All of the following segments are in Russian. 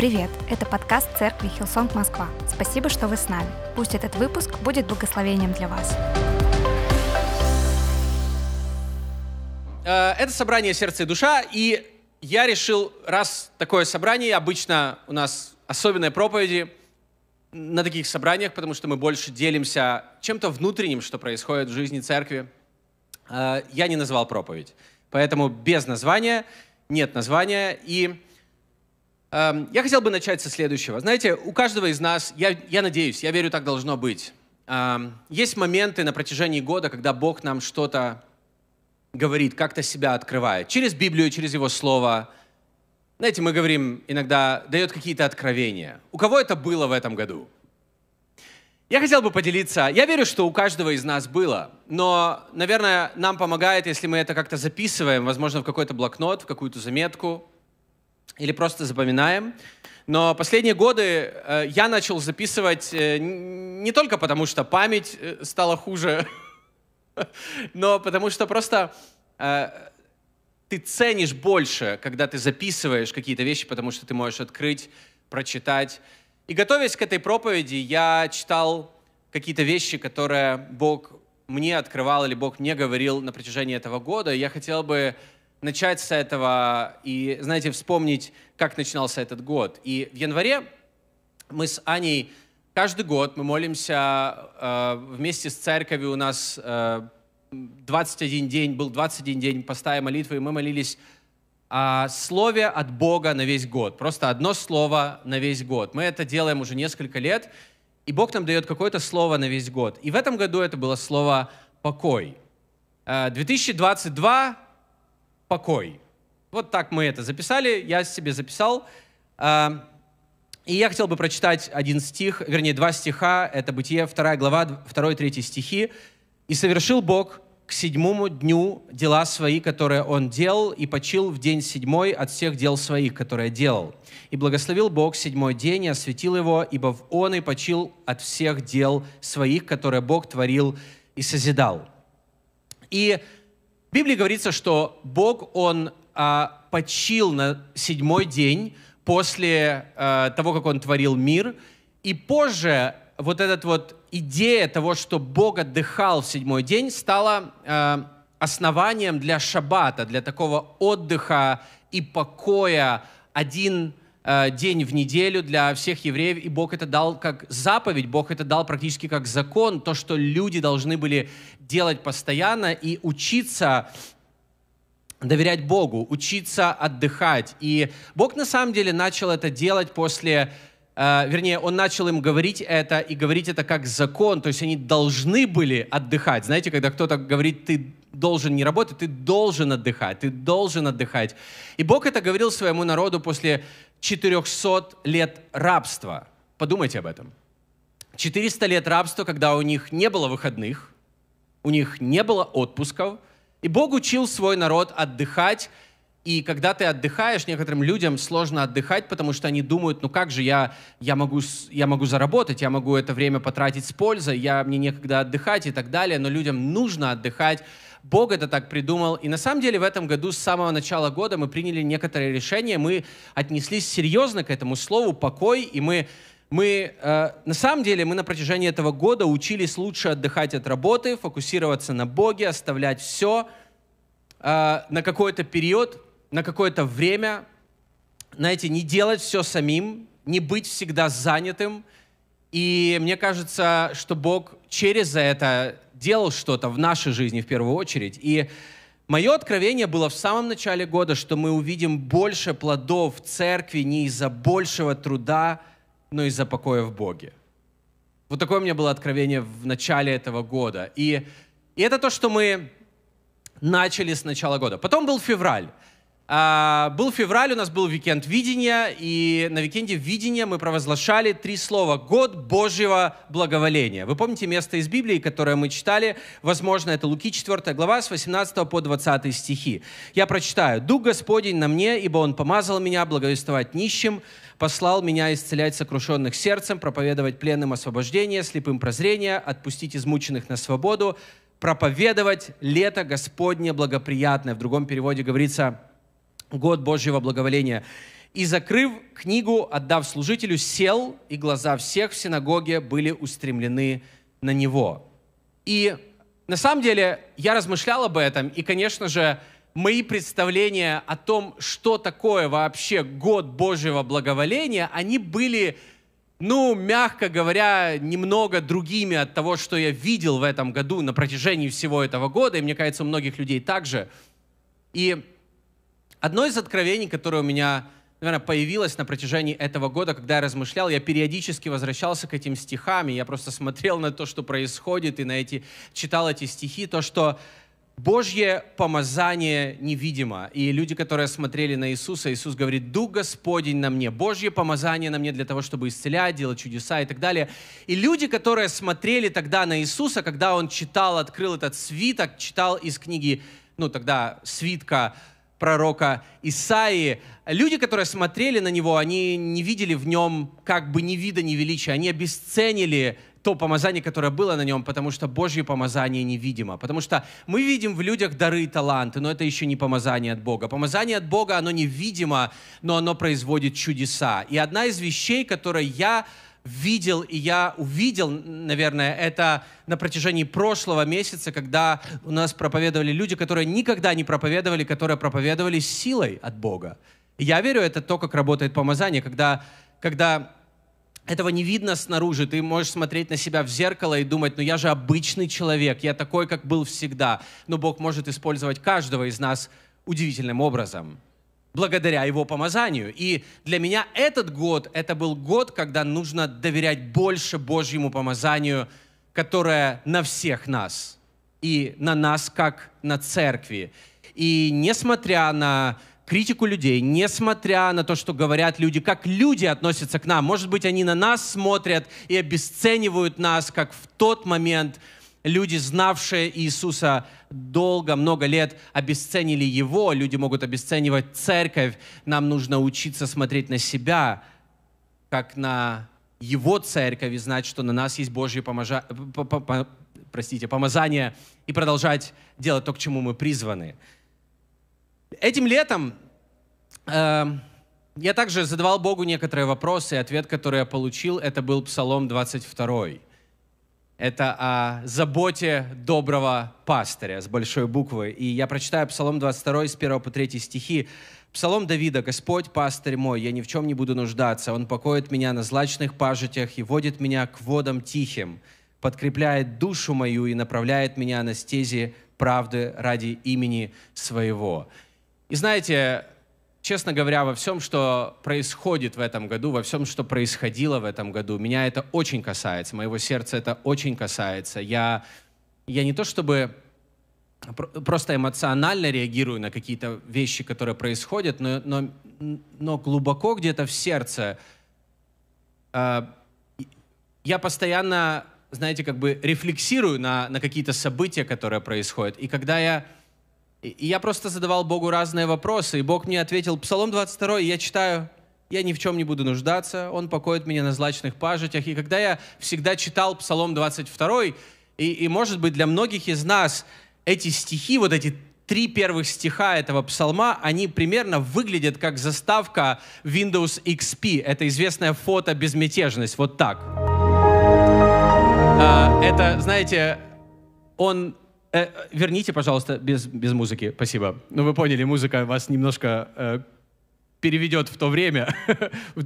Привет! Это подкаст Церкви Хиллсонг Москва. Спасибо, что вы с нами. Пусть этот выпуск будет благословением для вас. Это собрание «Сердце и душа», и я решил, раз такое собрание, обычно у нас особенные проповеди на таких собраниях, потому что мы больше делимся чем-то внутренним, что происходит в жизни церкви. Я не назвал проповедь, поэтому без названия, нет названия. И я хотел бы начать со следующего. Знаете, у каждого из нас, я надеюсь, я верю, так должно быть. Есть моменты на протяжении года, когда Бог нам что-то говорит, как-то себя открывает. Через Библию, через Его Слово. Знаете, мы говорим, иногда дает какие-то откровения. У кого это было в этом году? Я хотел бы поделиться. Я верю, что у каждого из нас было. Но, наверное, нам помогает, если мы это как-то записываем, возможно, в какой-то блокнот, в какую-то заметку, или просто запоминаем. Но последние годы я начал записывать не только потому, что память стала хуже, но потому что просто ты ценишь больше, когда ты записываешь какие-то вещи, потому что ты можешь открыть, прочитать. И готовясь к этой проповеди, я читал какие-то вещи, которые Бог мне открывал или Бог мне говорил на протяжении этого года. Я хотел бы начать с этого и, знаете, вспомнить, как начинался этот год. И в январе мы с Аней каждый год мы молимся вместе с церковью. У нас 21 день, был 21 день поста и молитвы, и мы молились о слове от Бога на весь год. Просто одно слово на весь год. Мы это делаем уже несколько лет, и Бог нам дает какое-то слово на весь год. И в этом году это было слово «покой». 2022 – покой. Вот так мы это записали, я себе записал. И я хотел бы прочитать один стих, вернее, два стиха. Это Бытие, 2 глава, 2-3 стихи. «И совершил Бог к 7-му дню дела свои, которые Он делал, и почил в день 7-й от всех дел своих, которые делал. И благословил Бог 7-й день и осветил его, ибо в Он и почил от всех дел своих, которые Бог творил и созидал». И в Библии говорится, что Бог, Он почил на 7-й день после того, как Он творил мир. И позже вот эта вот идея того, что Бог отдыхал в 7-й день, стала основанием для шаббата, для такого отдыха и покоя один день в неделю для всех евреев. И Бог это дал как заповедь, Бог это дал практически как закон, то, что люди должны были делать постоянно и учиться доверять Богу, учиться отдыхать. И Бог на самом деле начал это делать после, Он начал им говорить это и говорить это как закон, то есть они должны были отдыхать. Знаете, когда кто-то говорит, ты должен не работать, ты должен отдыхать, ты должен отдыхать. И Бог это говорил своему народу после 400 лет рабства. Подумайте об этом. 400 лет рабства, когда у них не было выходных, у них не было отпусков, и Бог учил свой народ отдыхать. И когда ты отдыхаешь, некоторым людям сложно отдыхать, потому что они думают, ну как же я могу заработать, я могу это время потратить с пользой, мне некогда отдыхать и так далее, но людям нужно отдыхать. Бог это так придумал. И на самом деле в этом году, с самого начала года, мы приняли некоторые решения, мы отнеслись серьезно к этому слову «покой», и мы на самом деле мы на протяжении этого года учились лучше отдыхать от работы, фокусироваться на Боге, оставлять все на какой-то период, на какое-то время, знаете, не делать все самим, не быть всегда занятым. И мне кажется, что Бог через это делал что-то в нашей жизни в первую очередь. И мое откровение было в самом начале года, что мы увидим больше плодов в церкви не из-за большего труда, но из-за покоя в Боге. Вот такое у меня было откровение в начале этого года. И это то, что мы начали с начала года. Потом был февраль. Был февраль, у нас был уикенд видения, и на уикенде видения мы провозглашали 3 слова «Год Божьего благоволения». Вы помните место из Библии, которое мы читали? Возможно, это Луки 4 глава с 18 по 20 стихи. Я прочитаю. «Дух Господень на мне, ибо Он помазал меня благовествовать нищим, послал меня исцелять сокрушенных сердцем, проповедовать пленным освобождение, слепым прозрение, отпустить измученных на свободу, проповедовать лето Господне благоприятное». В другом переводе говорится «Год Божьего благоволения». И, закрыв книгу, отдав служителю, сел, и глаза всех в синагоге были устремлены на него. И на самом деле я размышлял об этом, и, конечно же, мои представления о том, что такое вообще год Божьего благоволения, они были, мягко говоря, немного другими от того, что я видел в этом году на протяжении всего этого года, и мне кажется, у многих людей также. И одно из откровений, которое у меня, наверное, появилось на протяжении этого года, когда я размышлял, я периодически возвращался к этим стихам, и я просто смотрел на то, что происходит, и читал эти стихи, то, что Божье помазание невидимо. И люди, которые смотрели на Иисуса, Иисус говорит: «Дух Господень на мне». Божье помазание на мне для того, чтобы исцелять, делать чудеса и так далее. И люди, которые смотрели тогда на Иисуса, когда Он читал, открыл этот свиток, читал из книги, тогда свитка пророка Исаии, люди, которые смотрели на Него, они не видели в Нем как бы ни вида, ни величия. Они обесценили то помазание, которое было на Нем, потому что Божье помазание невидимо. Потому что мы видим в людях дары и таланты, но это еще не помазание от Бога. Помазание от Бога, оно невидимо, но оно производит чудеса. И одна из вещей, которые я видел, и я увидел, наверное, это на протяжении прошлого месяца, когда у нас проповедовали люди, которые никогда не проповедовали, которые проповедовали силой от Бога. И я верю, это то, как работает помазание, когда этого не видно снаружи, ты можешь смотреть на себя в зеркало и думать: я же обычный человек, я такой, как был всегда. Но Бог может использовать каждого из нас удивительным образом, благодаря Его помазанию. И для меня этот год, это был год, когда нужно доверять больше Божьему помазанию, которое на всех нас, и на нас, как на церкви. И несмотря на критику людей, несмотря на то, что говорят люди, как люди относятся к нам, может быть, они на нас смотрят и обесценивают нас, как в тот момент люди, знавшие Иисуса долго, много лет, обесценили Его. Люди могут обесценивать церковь. Нам нужно учиться смотреть на себя, как на Его церковь, и знать, что на нас есть Божье помазание, и продолжать делать то, к чему мы призваны. Этим летом я также задавал Богу некоторые вопросы, и ответ, который я получил, это был Псалом 22. Это о заботе доброго пастыря с большой буквы. И я прочитаю Псалом 22 с 1 по 3 стихи. Псалом Давида: «Господь, пастырь мой, я ни в чем не буду нуждаться. Он покоит меня на злачных пажитях и водит меня к водам тихим, подкрепляет душу мою и направляет меня на стези правды ради имени своего». И знаете, честно говоря, во всем, что происходит в этом году, во всем, что происходило в этом году, меня это очень касается, моего сердца это очень касается. Я не то чтобы просто эмоционально реагирую на какие-то вещи, которые происходят, но глубоко где-то в сердце я постоянно, знаете, как бы рефлексирую на какие-то события, которые происходят. И когда я просто задавал Богу разные вопросы, и Бог мне ответил. Псалом 22, я читаю: «Я ни в чем не буду нуждаться, Он покоит меня на злачных пажитях». И когда я всегда читал Псалом 22, и может быть, для многих из нас эти стихи, вот эти 3 первых стиха этого псалма, они примерно выглядят как заставка Windows XP. Это известная фото-безмятежность, вот так. Это, знаете, верните, пожалуйста, без музыки. Спасибо. Вы поняли, музыка вас немножко переведет в то время, в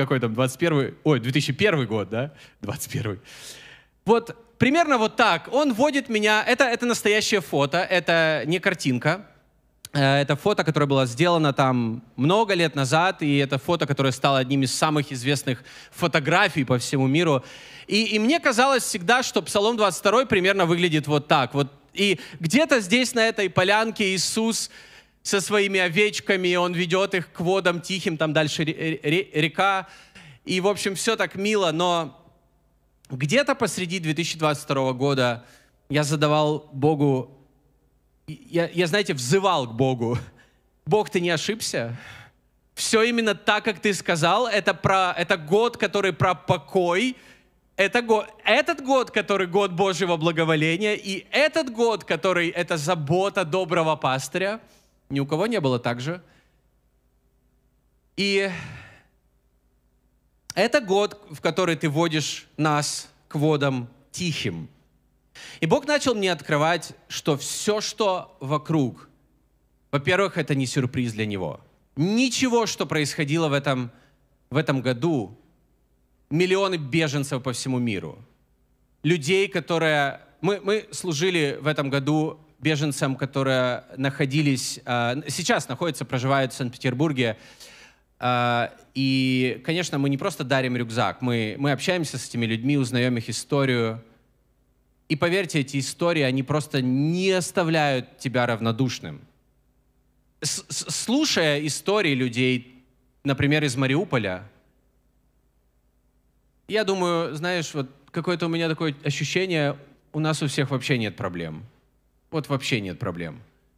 2001 год, да? 21. Вот примерно вот так. Он водит меня. Это настоящее фото, это не картинка. Это фото, которое было сделано там много лет назад, и это фото, которое стало одним из самых известных фотографий по всему миру. И мне казалось всегда, что Псалом 22 примерно выглядит вот так. Вот. И где-то здесь, на этой полянке, Иисус со своими овечками, Он ведет их к водам тихим, там дальше река. И, в общем, все так мило, но где-то посреди 2022 года я задавал Богу, я, знаете, взывал к Богу: «Бог, Ты не ошибся? Все именно так, как Ты сказал. Это год, который про покой. Этот год, который год Божьего благоволения, и этот год, который это забота доброго пастыря». Ни у кого не было так же. И это год, в который ты водишь нас к водам тихим. И Бог начал мне открывать, что все, что вокруг, во-первых, это не сюрприз для Него. Ничего, что происходило в этом году, миллионы беженцев по всему миру, людей, которые... Мы служили в этом году беженцам, которые находились... Сейчас находятся, проживают в Санкт-Петербурге. И, конечно, мы не просто дарим рюкзак, мы общаемся с этими людьми, узнаем их историю. И поверьте, эти истории, они просто не оставляют тебя равнодушным. Слушая истории людей, например, из Мариуполя, я думаю, знаешь, вот какое-то у меня такое ощущение, у нас у всех вообще нет проблем. Вот вообще нет проблем.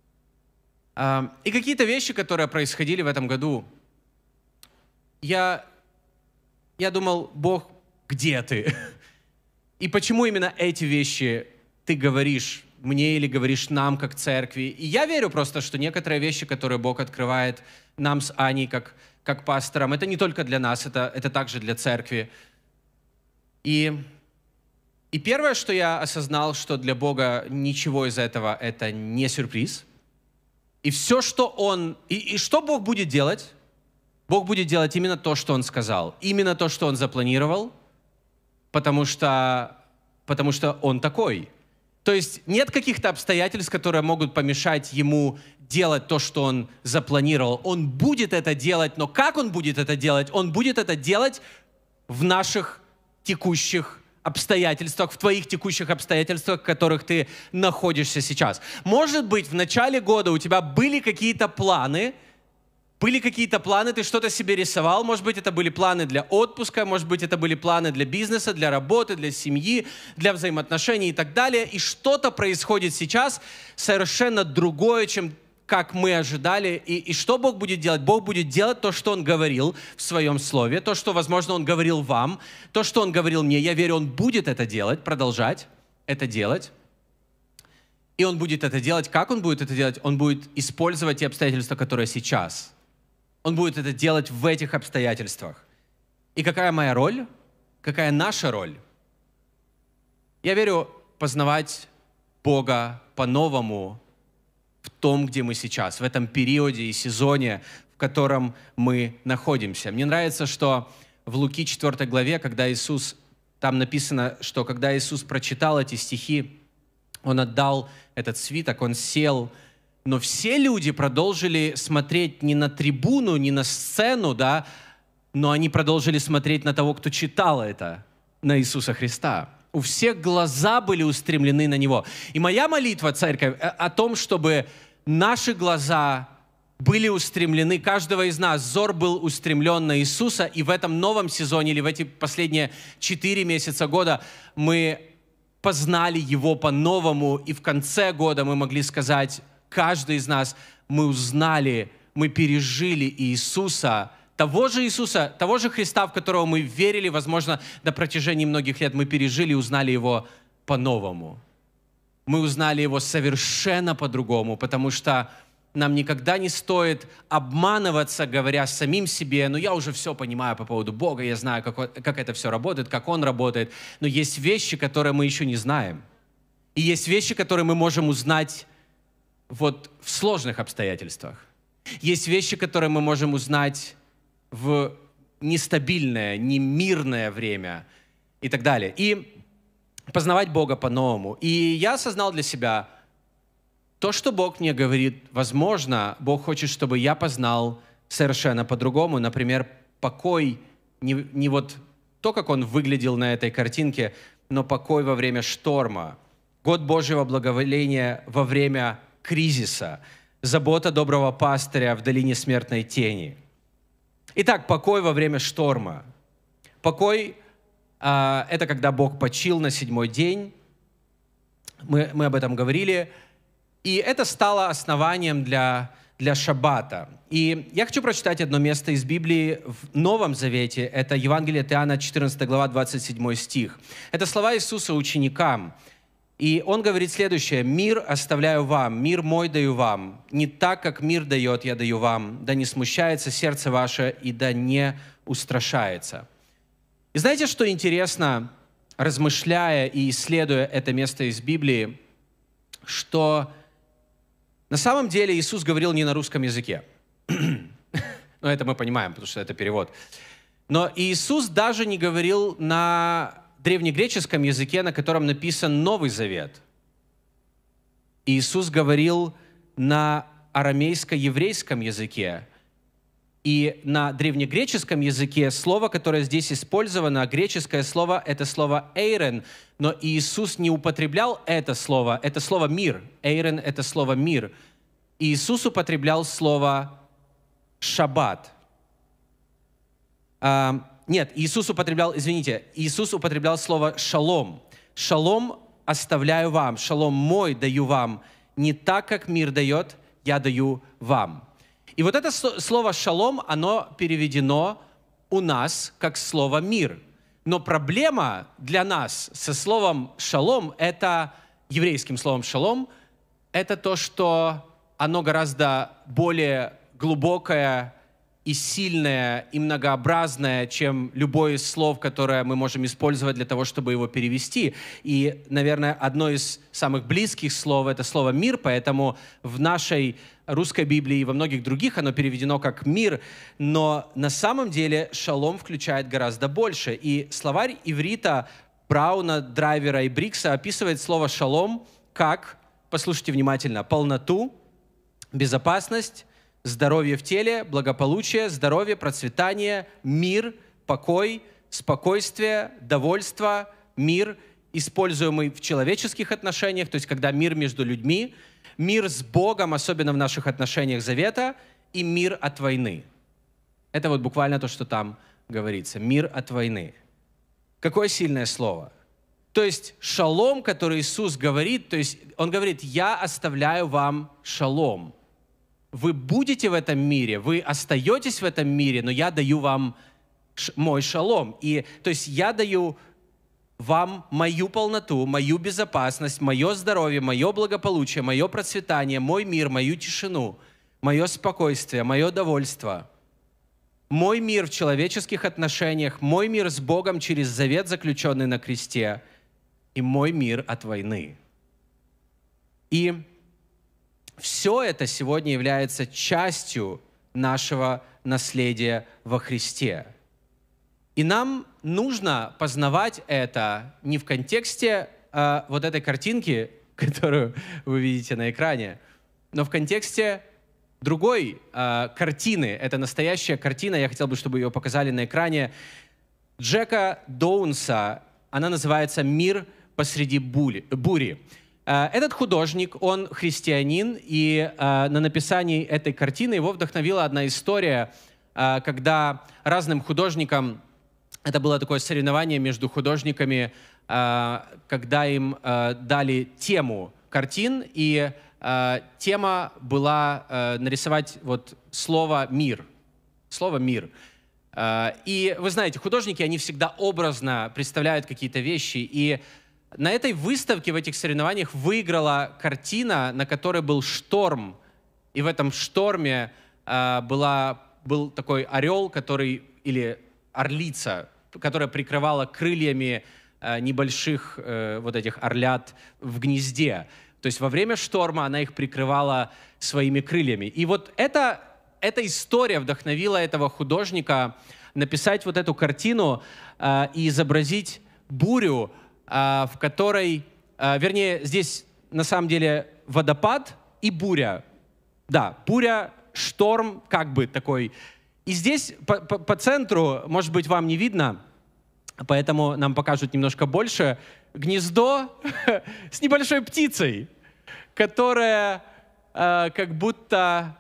И какие-то вещи, которые происходили в этом году, я думал, Бог, где ты? И почему именно эти вещи ты говоришь мне или говоришь нам, как церкви? И я верю просто, что некоторые вещи, которые Бог открывает нам с Аней, как пасторам, это не только для нас, это также для церкви. И первое, что я осознал, что для Бога ничего из этого это не сюрприз. И все, что Он... И что Бог будет делать? Бог будет делать именно то, что Он сказал. Именно то, что Он запланировал, потому что Он такой. То есть нет каких-то обстоятельств, которые могут помешать Ему делать то, что Он запланировал. Он будет это делать, но как Он будет это делать? Он будет это делать в наших текущих обстоятельствах, в твоих текущих обстоятельствах, в которых ты находишься сейчас. Может быть, в начале года у тебя были какие-то планы, ты что-то себе рисовал, может быть, это были планы для отпуска, может быть, это были планы для бизнеса, для работы, для семьи, для взаимоотношений и так далее, и что-то происходит сейчас совершенно другое, чем как мы ожидали. И что Бог будет делать? Бог будет делать то, что Он говорил в Своем Слове, то, что, возможно, Он говорил вам, то, что Он говорил мне. Я верю, Он будет это делать, продолжать это делать. И Он будет это делать. Как Он будет это делать? Он будет использовать те обстоятельства, которые сейчас. Он будет это делать в этих обстоятельствах. И какая моя роль? Какая наша роль? Я верю, познавать Бога по-новому в том, где мы сейчас, в этом периоде и сезоне, в котором мы находимся. Мне нравится, что в Луки 4 главе, когда Иисус, там написано, что когда Иисус прочитал эти стихи, Он отдал этот свиток, Он сел, но все люди продолжили смотреть не на трибуну, не на сцену, да, но они продолжили смотреть на того, кто читал это, на Иисуса Христа. У всех глаза были устремлены на Него. И моя молитва, церковь, о том, чтобы наши глаза были устремлены, каждого из нас взор был устремлен на Иисуса, и в этом новом сезоне или в эти последние 4 месяца года мы познали Его по-новому, и в конце года мы могли сказать, каждый из нас, мы узнали, мы пережили Иисуса, того же Христа, в которого мы верили, возможно, на протяжении многих лет, мы пережили и узнали Его по-новому. Мы узнали Его совершенно по-другому, потому что нам никогда не стоит обманываться, говоря самим себе, ну я уже все понимаю по поводу Бога, я знаю, как это все работает, как Он работает, но есть вещи, которые мы еще не знаем. И есть вещи, которые мы можем узнать вот в сложных обстоятельствах. Есть вещи, которые мы можем узнать в нестабильное, немирное время и так далее. И познавать Бога по-новому. И я осознал для себя то, что Бог мне говорит, возможно, Бог хочет, чтобы я познал совершенно по-другому. Например, покой, не вот то, как он выглядел на этой картинке, но покой во время шторма. Год Божьего благоволения во время кризиса. Забота доброго пастыря в долине смертной тени. Итак, покой во время шторма. Покой это когда Бог почил на 7-й день. Мы об этом говорили. И это стало основанием для шаббата. И я хочу прочитать одно место из Библии в Новом Завете. Это Евангелие от Иоанна, 14 глава, 27 стих. Это слова Иисуса ученикам. И он говорит следующее: «Мир оставляю вам, мир мой даю вам. Не так, как мир дает, я даю вам. Да не смущается сердце ваше, и да не устрашается». И знаете, что интересно, размышляя и исследуя это место из Библии, что на самом деле Иисус говорил не на русском языке. Но это мы понимаем, потому что это перевод. Но Иисус даже не говорил на древнегреческом языке, на котором написан Новый Завет. Иисус говорил на арамейско-еврейском языке. И на древнегреческом языке слово, которое здесь использовано, греческое слово, это слово «эйрен», но Иисус не употреблял это слово «мир». «Эйрен» — это слово «мир». Иисус употреблял слово «шаббат». Иисус употреблял слово «шалом». «Шалом оставляю вам, шалом мой даю вам, не так, как мир дает, я даю вам». И вот это слово «шалом», оно переведено у нас как слово «мир». Но проблема для нас со словом «шалом», это еврейским словом «шалом», это то, что оно гораздо более глубокое и сильное, и многообразное, чем любое из слов, которое мы можем использовать для того, чтобы его перевести. И, наверное, одно из самых близких слов — это слово «мир», поэтому в нашей русской Библии и во многих других оно переведено как «мир», но на самом деле «шалом» включает гораздо больше. И словарь иврита Брауна, Драйвера и Брикса описывает слово «шалом» как, послушайте внимательно, полноту, безопасность, здоровье в теле, благополучие, здоровье, процветание, мир, покой, спокойствие, довольство, мир, используемый в человеческих отношениях, то есть когда мир между людьми, мир с Богом, особенно в наших отношениях завета, и мир от войны. Это вот буквально то, что там говорится. Мир от войны. Какое сильное слово. То есть шалом, который Иисус говорит, то есть Он говорит: «Я оставляю вам шалом». Вы будете в этом мире, вы остаетесь в этом мире, но я даю вам мой шалом. И, то есть я даю вам мою полноту, мою безопасность, мое здоровье, мое благополучие, мое процветание, мой мир, мою тишину, мое спокойствие, мое довольство. Мой мир в человеческих отношениях, мой мир с Богом через завет, заключенный на кресте, и мой мир от войны. И все это сегодня является частью нашего наследия во Христе. И нам нужно познавать это не в контексте вот этой картинки, которую вы видите на экране, но в контексте другой картины. Это настоящая картина, я хотел бы, чтобы ее показали на экране, Джека Доунса. Она называется «Мир посреди бури». Этот художник, он христианин, и на написании этой картины его вдохновила одна история, когда разным художникам, это было такое соревнование между художниками, когда им дали тему картин, и тема была нарисовать вот слово «мир». Слово «мир». И вы знаете, художники, они всегда образно представляют какие-то вещи, и на этой выставке, в этих соревнованиях выиграла картина, на которой был шторм. И в этом шторме был такой орел, или орлица, которая прикрывала крыльями небольших вот этих орлят в гнезде. То есть во время шторма она их прикрывала своими крыльями. И вот эта история вдохновила этого художника написать вот эту картину и изобразить бурю, в которой, вернее, здесь на самом деле водопад и буря. Да, буря, шторм, как бы такой. И здесь по центру, может быть, вам не видно, поэтому нам покажут немножко больше, гнездо с небольшой птицей, которая как будто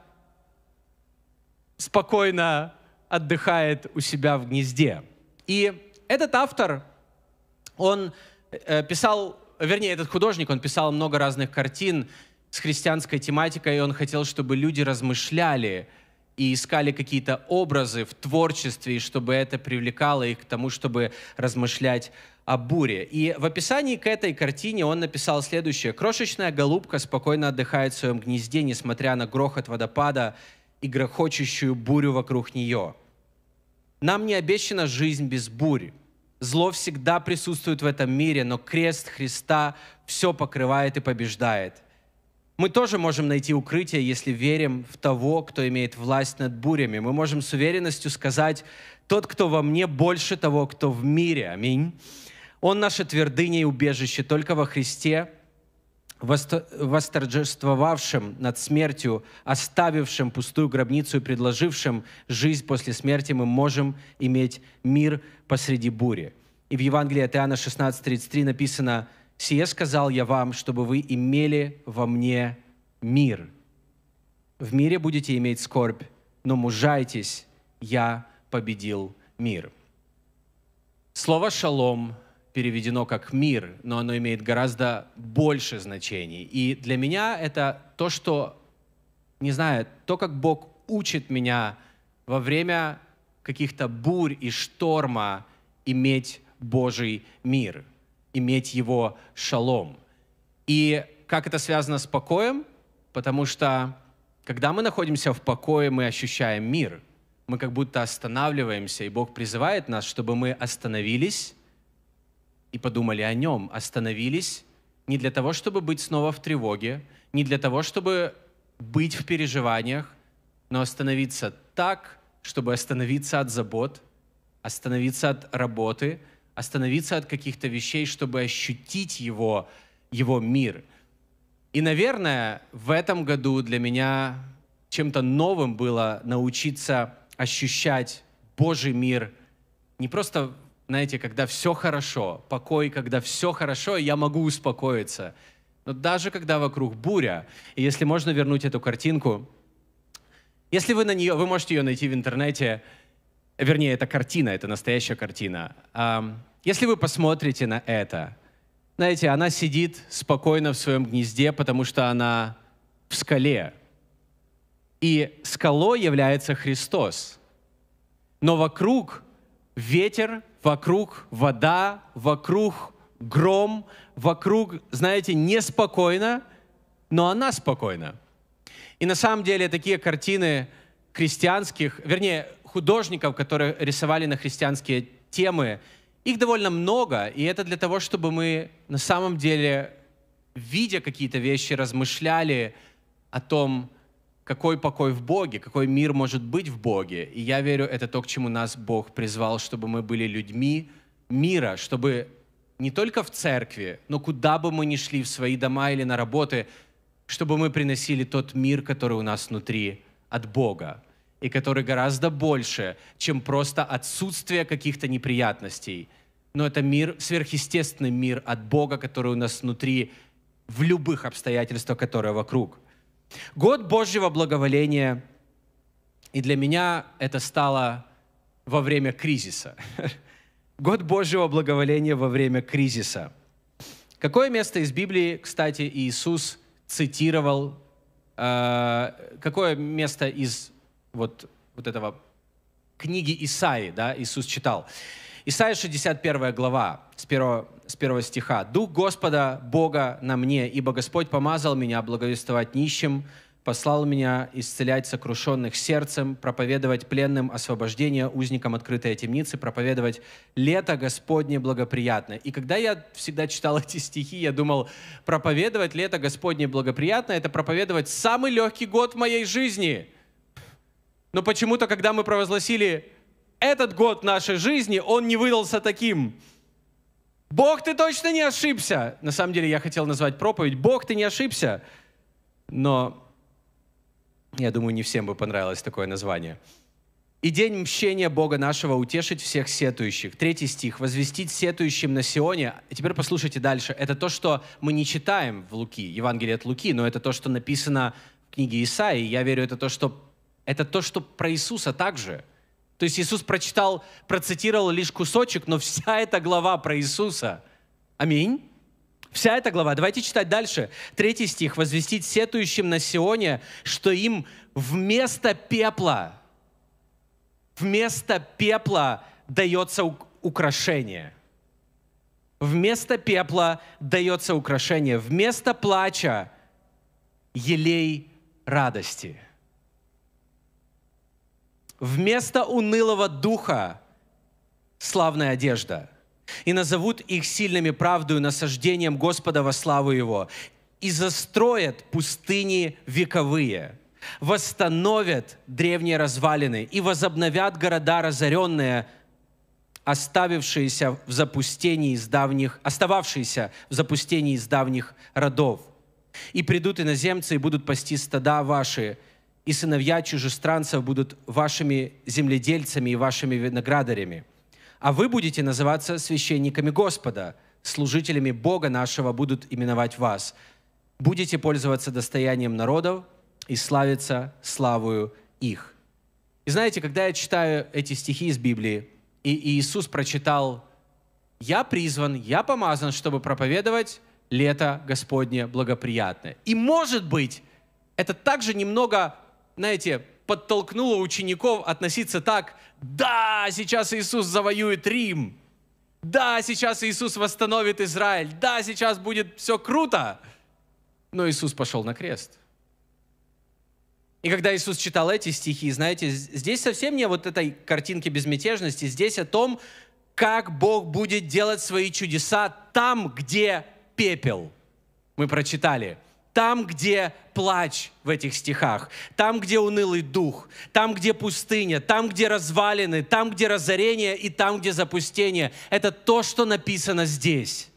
спокойно отдыхает у себя в гнезде. И этот автор, он писал, вернее, этот художник, он писал много разных картин с христианской тематикой, и он хотел, чтобы люди размышляли и искали какие-то образы в творчестве, и чтобы это привлекало их к тому, чтобы размышлять о буре. И в описании к этой картине он написал следующее. «Крошечная голубка спокойно отдыхает в своем гнезде, несмотря на грохот водопада и грохочущую бурю вокруг нее. Нам не обещана жизнь без бури. Зло всегда присутствует в этом мире, но крест Христа все покрывает и побеждает. Мы тоже можем найти укрытие, если верим в того, кто имеет власть над бурями. Мы можем с уверенностью сказать: «Тот, кто во мне, больше того, кто в мире». Аминь. Он наша твердыня и убежище. Только во Христе, восторжествовавшим над смертью, оставившим пустую гробницу и предложившим жизнь после смерти, мы можем иметь мир посреди бури. И в Евангелии от Иоанна 16:33 написано: «Сие сказал я вам, чтобы вы имели во мне мир. В мире будете иметь скорбь, но мужайтесь, я победил мир». Слово «шалом» переведено как «мир», но оно имеет гораздо больше значений. И для меня это то, что, не знаю, то, как Бог учит меня во время каких-то бурь и шторма иметь Божий мир, иметь Его шалом. И как это связано с покоем? Потому что, когда мы находимся в покое, мы ощущаем мир. Мы как будто останавливаемся, и Бог призывает нас, чтобы мы остановились и подумали о Нем. Остановились не для того, чтобы быть снова в тревоге, не для того, чтобы быть в переживаниях, но остановиться так, чтобы остановиться от забот, остановиться от работы, остановиться от каких-то вещей, чтобы ощутить Его мир. И, наверное, в этом году для меня чем-то новым было научиться ощущать Божий мир не просто, знаете, когда все хорошо, покой, когда все хорошо, и я могу успокоиться, но даже когда вокруг буря. И если можно вернуть эту картинку, если вы можете ее найти в интернете, вернее, это картина, это настоящая картина. Если вы посмотрите на это, знаете, она сидит спокойно в своем гнезде, потому что она в скале. И скалой является Христос. Но вокруг ветер, вокруг вода, вокруг гром, вокруг, знаете, неспокойно, но она спокойна. И на самом деле такие картины христианских, вернее, художников, которые рисовали на христианские темы, их довольно много, и это для того, чтобы мы на самом деле, видя какие-то вещи, размышляли о том, какой покой в Боге, какой мир может быть в Боге. И я верю, это то, к чему нас Бог призвал, чтобы мы были людьми мира, чтобы не только в церкви, но куда бы мы ни шли, в свои дома или на работы, чтобы мы приносили тот мир, который у нас внутри от Бога, и который гораздо больше, чем просто отсутствие каких-то неприятностей. Но это мир, сверхъестественный мир от Бога, который у нас внутри в любых обстоятельствах, которые вокруг. Год Божьего благоволения, и для меня это стало во время кризиса. Год Божьего благоволения во время кризиса. Какое место из Библии, кстати, Иисус цитировал? Какое место из вот этого книги Исаии, да, Иисус читал? Исайя 61 глава, с 1 стиха. «Дух Господа, Бога на мне, ибо Господь помазал меня благовествовать нищим, послал меня исцелять сокрушенных сердцем, проповедовать пленным освобождение, узникам открытые темницы, проповедовать лето Господне благоприятное». И когда я всегда читал эти стихи, я думал, проповедовать лето Господне благоприятное — это проповедовать самый легкий год в моей жизни. Но почему-то, когда мы провозгласили этот год нашей жизни, он не выдался таким. Бог, ты точно не ошибся. На самом деле я хотел назвать проповедь «Бог, ты не ошибся». Но я думаю, не всем бы понравилось такое название. «И день мщения Бога нашего утешить всех сетующих». 3 стих. «Возвестить сетующим на Сионе». И теперь послушайте дальше. Это то, что мы не читаем в Луки, Евангелие от Луки, но это то, что написано в книге Исаии. Я верю, это то, что про Иисуса также. То есть Иисус процитировал лишь кусочек, но вся эта глава про Иисуса. Аминь. Вся эта глава. Давайте читать дальше. 3 стих. «Возвестить сетующим на Сионе, что им вместо пепла дается украшение». Вместо пепла дается украшение, вместо плача елей радости. Вместо унылого духа славная одежда. И назовут их сильными правдою, насаждением Господа во славу Его. И застроят пустыни вековые, восстановят древние развалины и возобновят города разоренные, остававшиеся в запустении из давних родов. И придут иноземцы и будут пасти стада ваши, и сыновья чужестранцев будут вашими земледельцами и вашими виноградарями. А вы будете называться священниками Господа, служителями Бога нашего будут именовать вас. Будете пользоваться достоянием народов и славиться славою их». И знаете, когда я читаю эти стихи из Библии, и Иисус прочитал: «Я призван, я помазан, чтобы проповедовать лето Господне благоприятное». И, может быть, это также немного, знаете, подтолкнуло учеников относиться так: да, сейчас Иисус завоюет Рим, да, сейчас Иисус восстановит Израиль, да, сейчас будет все круто. Но Иисус пошел на крест. И когда Иисус читал эти стихи, знаете, здесь совсем не вот этой картинки безмятежности, здесь о том, как Бог будет делать свои чудеса там, где пепел. Мы прочитали. Там, где плач в этих стихах, там, где унылый дух, там, где пустыня, там, где развалины, там, где разорение и там, где запустение. Это то, что написано здесь.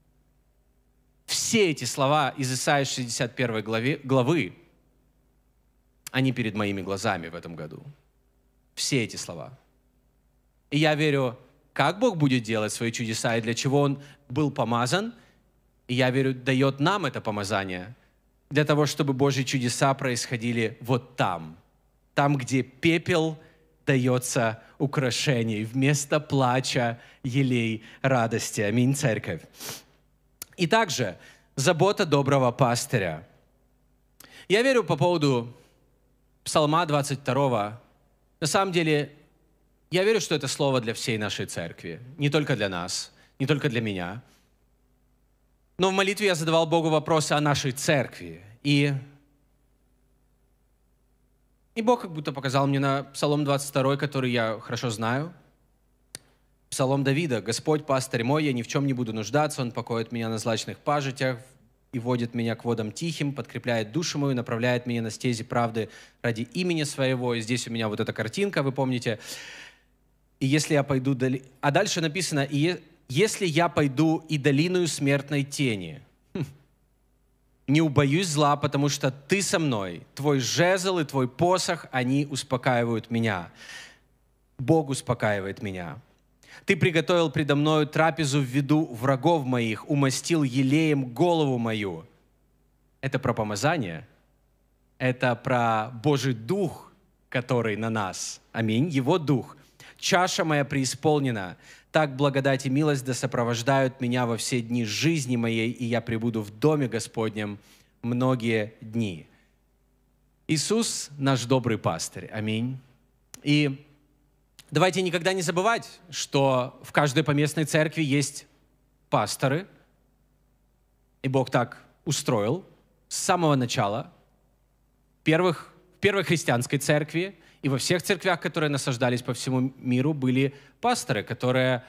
Все эти слова из Исаии 61 главы, они перед моими глазами в этом году. Все эти слова. И я верю, как Бог будет делать свои чудеса и для чего Он был помазан. И я верю, дает нам это помазание для того, чтобы Божьи чудеса происходили вот там. Там, где пепел дается украшений, вместо плача елей радости. Аминь, церковь. И также забота доброго пастыря. Я верю по поводу Псалма 22. На самом деле, я верю, что это слово для всей нашей церкви. Не только для нас, не только для меня. Но в молитве я задавал Богу вопросы о нашей церкви. И Бог как будто показал мне на Псалом 22, который я хорошо знаю. Псалом Давида. «Господь, пастырь мой, я ни в чем не буду нуждаться, Он покоит меня на злачных пажитях и водит меня к водам тихим, подкрепляет душу мою, направляет меня на стези правды ради имени Своего». И здесь у меня вот эта картинка, вы помните. «И если я пойду...» А дальше написано: «Если я пойду и долиною смертной тени, не убоюсь зла, потому что Ты со мной, Твой жезл и Твой посох, они успокаивают меня». Бог успокаивает меня. «Ты приготовил предо мною трапезу в виду врагов моих, умастил елеем голову мою». Это про помазание, это про Божий Дух, который на нас. Аминь. Его Дух. «Чаша моя преисполнена, так благодать и милость да сопровождают меня во все дни жизни моей, и я пребуду в доме Господнем многие дни». Иисус – наш добрый пастырь. Аминь. И давайте никогда не забывать, что в каждой поместной церкви есть пасторы, и Бог так устроил с самого начала. В первой христианской церкви и во всех церквях, которые насаждались по всему миру, были пасторы, которые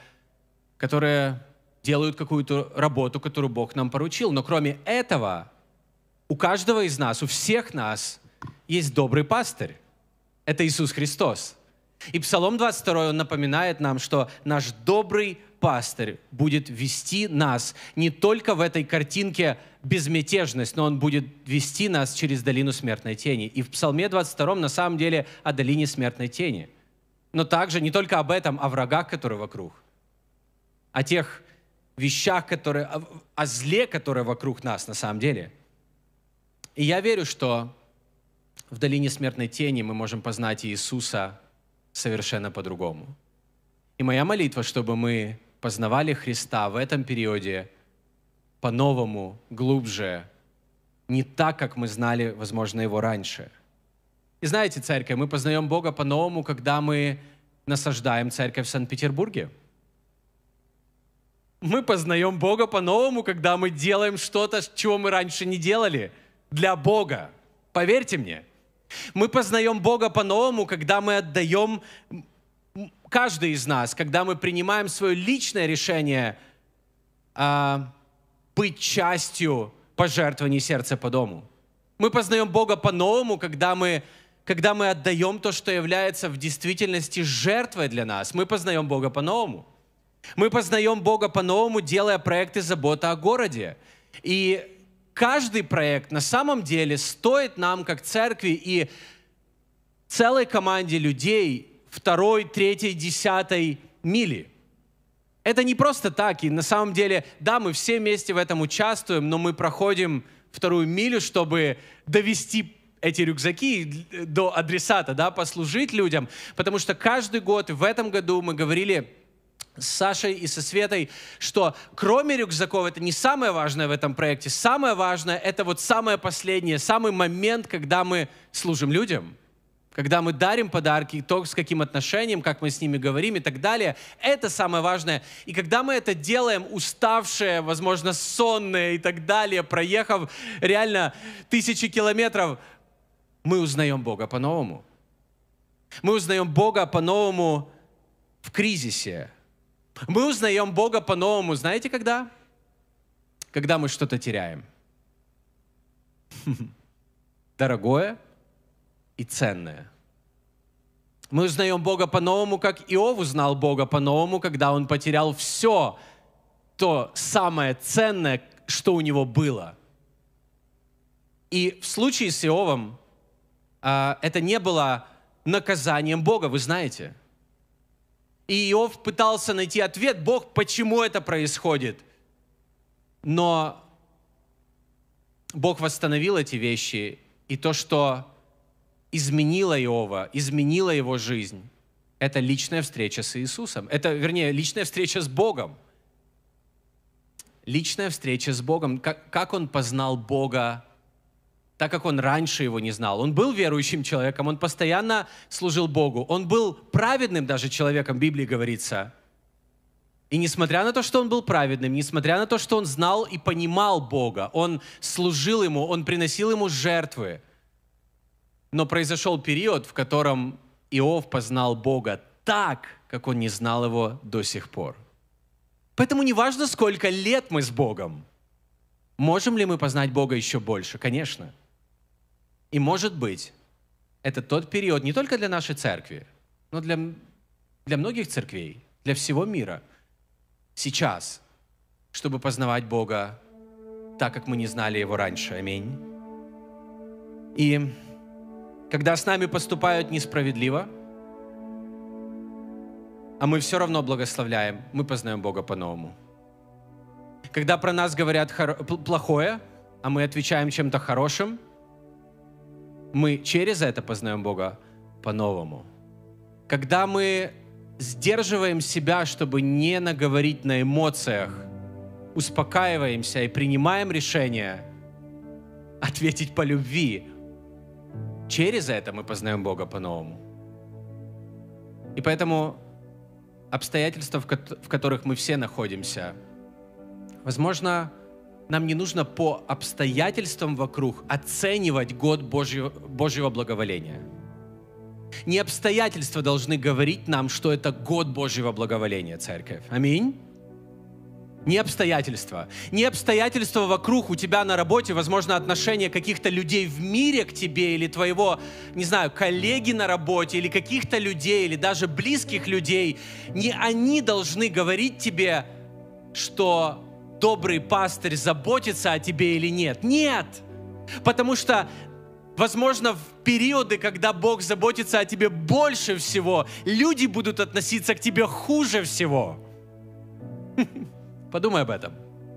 делают какую-то работу, которую Бог нам поручил. Но кроме этого, у каждого из нас, у всех нас есть добрый пастырь. Это Иисус Христос. И Псалом 22, он напоминает нам, что наш добрый пастырь будет вести нас не только в этой картинке безмятежность, но он будет вести нас через долину смертной тени. И в Псалме 22 на самом деле о долине смертной тени. Но также не только об этом, о врагах, которые вокруг. О тех вещах, о зле, которые вокруг нас на самом деле. И я верю, что в долине смертной тени мы можем познать Иисуса совершенно по-другому. И моя молитва, чтобы мы познавали Христа в этом периоде по-новому, глубже, не так, как мы знали, возможно, Его раньше. И знаете, церковь, мы познаем Бога по-новому, когда мы насаждаем церковь в Санкт-Петербурге. Мы познаем Бога по-новому, когда мы делаем что-то, чего мы раньше не делали, для Бога. Поверьте мне. Мы познаем Бога по-новому, когда мы отдаем, каждый из нас, когда мы принимаем свое личное решение быть частью пожертвований сердца по дому. Мы познаем Бога по-новому, когда мы отдаем то, что является в действительности жертвой для нас. Мы познаем Бога по-новому. Мы познаем Бога по-новому, делая проекты заботы о городе. И каждый проект на самом деле стоит нам, как церкви и целой команде людей, 2, 3, 10 мили. Это не просто так. И на самом деле, да, мы все вместе в этом участвуем, но мы проходим 2 милю, чтобы довести эти рюкзаки до адресата, да, послужить людям. Потому что каждый год, в этом году мы говорили с Сашей и со Светой, что кроме рюкзаков, это не самое важное в этом проекте. Самое важное — это вот самое последнее, самый момент, когда мы служим людям, когда мы дарим подарки, то, с каким отношением, как мы с ними говорим и так далее. Это самое важное. И когда мы это делаем, уставшие, возможно, сонные и так далее, проехав реально 1000 километров, мы узнаем Бога по-новому. Мы узнаем Бога по-новому в кризисе. Мы узнаем Бога по-новому, знаете, когда? Когда мы что-то теряем. Дорогое и ценное. Мы узнаем Бога по-новому, как Иов узнал Бога по-новому, когда он потерял все то самое ценное, что у него было. И в случае с Иовом это не было наказанием Бога, вы знаете. И Иов пытался найти ответ: Бог, почему это происходит? Но Бог восстановил эти вещи, и то, что изменило Иова, изменило его жизнь, это личная встреча с Иисусом. Это, вернее, личная встреча с Богом. Личная встреча с Богом. Как он познал Бога, так как он раньше его не знал. Он был верующим человеком, он постоянно служил Богу. Он был праведным даже человеком, в Библии говорится. И несмотря на то, что он был праведным, несмотря на то, что он знал и понимал Бога, он служил Ему, он приносил Ему жертвы. Но произошел период, в котором Иов познал Бога так, как он не знал Его до сих пор. Поэтому не важно, сколько лет мы с Богом. Можем ли мы познать Бога еще больше? Конечно. И может быть, это тот период не только для нашей церкви, но для многих церквей, для всего мира. Сейчас, чтобы познавать Бога так, как мы не знали Его раньше. Аминь. И когда с нами поступают несправедливо, а мы все равно благословляем, мы познаем Бога по-новому. Когда про нас говорят плохое, а мы отвечаем чем-то хорошим, мы через это познаем Бога по-новому. Когда мы сдерживаем себя, чтобы не наговорить на эмоциях, успокаиваемся и принимаем решение ответить по любви, через это мы познаем Бога по-новому. И поэтому обстоятельства, в которых мы все находимся, возможно, нам не нужно по обстоятельствам вокруг оценивать год Божьего благоволения. Не обстоятельства должны говорить нам, что это год Божьего благоволения, церковь. Аминь. Не обстоятельства. Не обстоятельства вокруг у тебя на работе, возможно, отношения каких-то людей в мире к тебе или твоего, не знаю, коллеги на работе или каких-то людей, или даже близких людей. Не они должны говорить тебе, что добрый пастырь заботится о тебе или нет. Нет! Потому что, возможно, в периоды, когда Бог заботится о тебе больше всего, люди будут относиться к тебе хуже всего. Подумай об этом.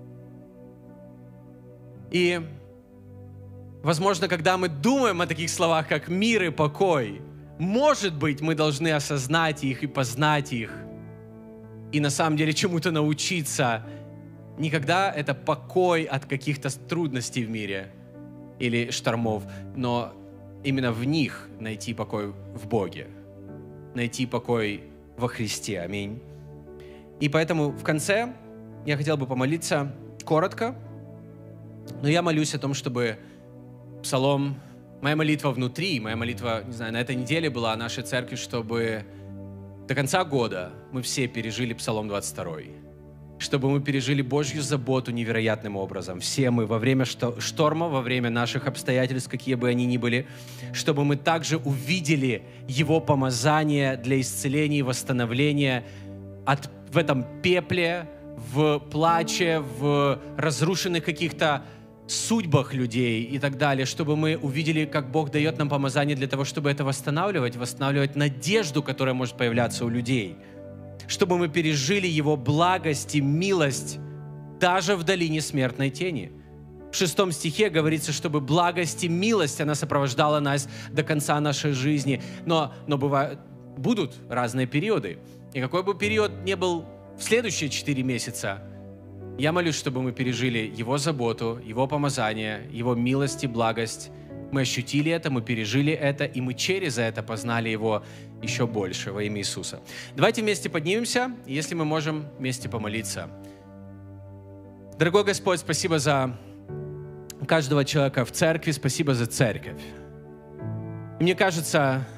И, возможно, когда мы думаем о таких словах, как мир и покой, может быть, мы должны осознать их и познать их, и на самом деле чему-то научиться. Никогда это покой от каких-то трудностей в мире или штормов, но именно в них найти покой в Боге, найти покой во Христе. Аминь. И поэтому в конце я хотел бы помолиться коротко, но я молюсь о том, чтобы псалом, моя молитва внутри, моя молитва, не знаю, на этой неделе была о нашей церкви, чтобы до конца года мы все пережили Псалом 22, чтобы мы пережили Божью заботу невероятным образом. Все мы во время шторма, во время наших обстоятельств, какие бы они ни были, чтобы мы также увидели Его помазание для исцеления и восстановления в этом пепле, в плаче, в разрушенных каких-то судьбах людей и так далее, чтобы мы увидели, как Бог дает нам помазание для того, чтобы это восстанавливать надежду, которая может появляться у людей, чтобы мы пережили Его благость и милость даже в долине смертной тени. В 6 стихе говорится, чтобы благость и милость, она сопровождала нас до конца нашей жизни. Но будут разные периоды. И какой бы период ни был в следующие 4 месяца, я молюсь, чтобы мы пережили Его заботу, Его помазание, Его милость и благость. Мы ощутили это, мы пережили это, и мы через это познали Его еще больше во имя Иисуса. Давайте вместе поднимемся, и если мы можем вместе помолиться. Дорогой Господь, спасибо за каждого человека в церкви, спасибо за церковь. И мне кажется,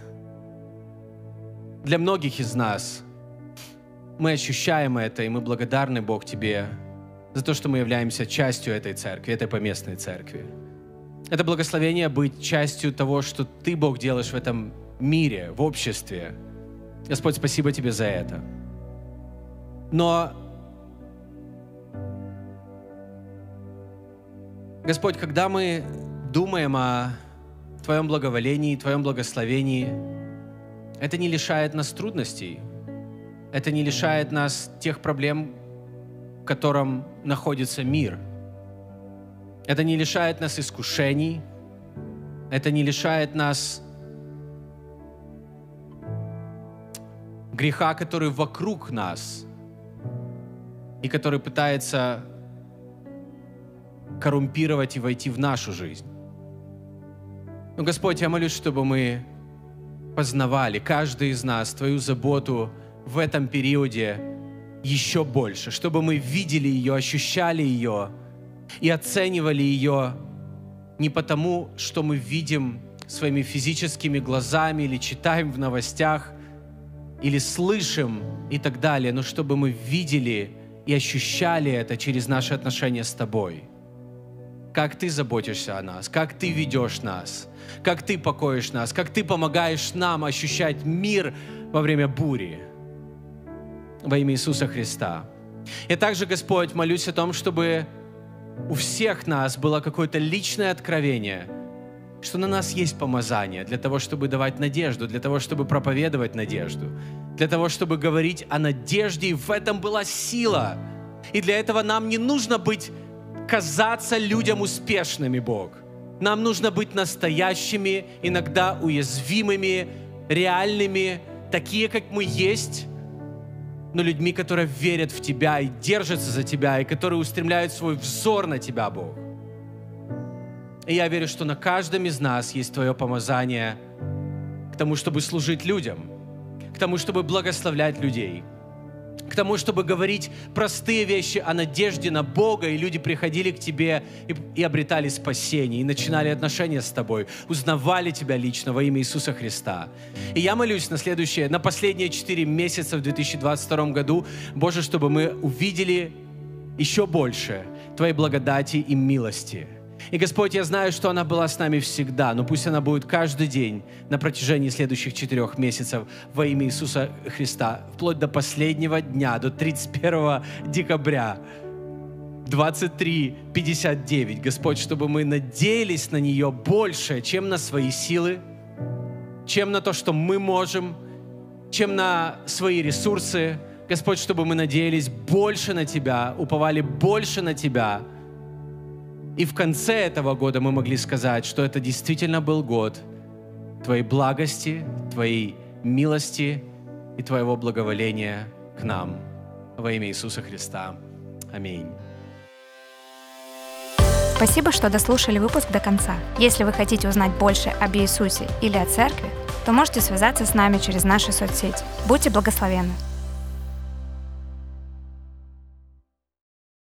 для многих из нас мы ощущаем это, и мы благодарны, Бог, Тебе за то, что мы являемся частью этой церкви, этой поместной церкви. Это благословение быть частью того, что Ты, Бог, делаешь в этом мире, в обществе. Господь, спасибо Тебе за это. Но, Господь, когда мы думаем о Твоем благоволении, Твоем благословении, это не лишает нас трудностей, это не лишает нас тех проблем, в котором находится мир. Это не лишает нас искушений, это не лишает нас греха, который вокруг нас и который пытается коррумпировать и войти в нашу жизнь. Но, Господь, я молюсь, чтобы мы познавали, каждый из нас, Твою заботу в этом периоде еще больше, чтобы мы видели ее, ощущали ее и оценивали ее не потому, что мы видим своими физическими глазами или читаем в новостях, или слышим и так далее, но чтобы мы видели и ощущали это через наши отношения с Тобой. Как Ты заботишься о нас, как Ты ведешь нас, как Ты покоишь нас, как Ты помогаешь нам ощущать мир во время бури. Во имя Иисуса Христа. И также, Господь, молюсь о том, чтобы у всех нас было какое-то личное откровение, что на нас есть помазание для того, чтобы давать надежду, для того, чтобы проповедовать надежду, для того, чтобы говорить о надежде, и в этом была сила. И для этого нам не нужно казаться людям успешными, Бог. Нам нужно быть настоящими, иногда уязвимыми, реальными, такие, как мы есть, но людьми, которые верят в Тебя и держатся за Тебя, и которые устремляют свой взор на Тебя, Бог. И я верю, что на каждом из нас есть Твое помазание к тому, чтобы служить людям, к тому, чтобы благословлять людей, к тому, чтобы говорить простые вещи о надежде на Бога, и люди приходили к Тебе и обретали спасение, и начинали отношения с Тобой, узнавали Тебя лично во имя Иисуса Христа. И я молюсь на последние 4 месяца в 2022 году, Боже, чтобы мы увидели еще больше Твоей благодати и милости. И, Господь, я знаю, что она была с нами всегда, но пусть она будет каждый день на протяжении следующих 4 месяцев во имя Иисуса Христа, вплоть до последнего дня, до 31 декабря 23:59. Господь, чтобы мы надеялись на нее больше, чем на свои силы, чем на то, что мы можем, чем на свои ресурсы. Господь, чтобы мы надеялись больше на Тебя, уповали больше на Тебя. И в конце этого года мы могли сказать, что это действительно был год Твоей благости, Твоей милости и Твоего благоволения к нам. Во имя Иисуса Христа. Аминь. Спасибо, что дослушали выпуск до конца. Если вы хотите узнать больше об Иисусе или о церкви, то можете связаться с нами через наши соцсети. Будьте благословенны!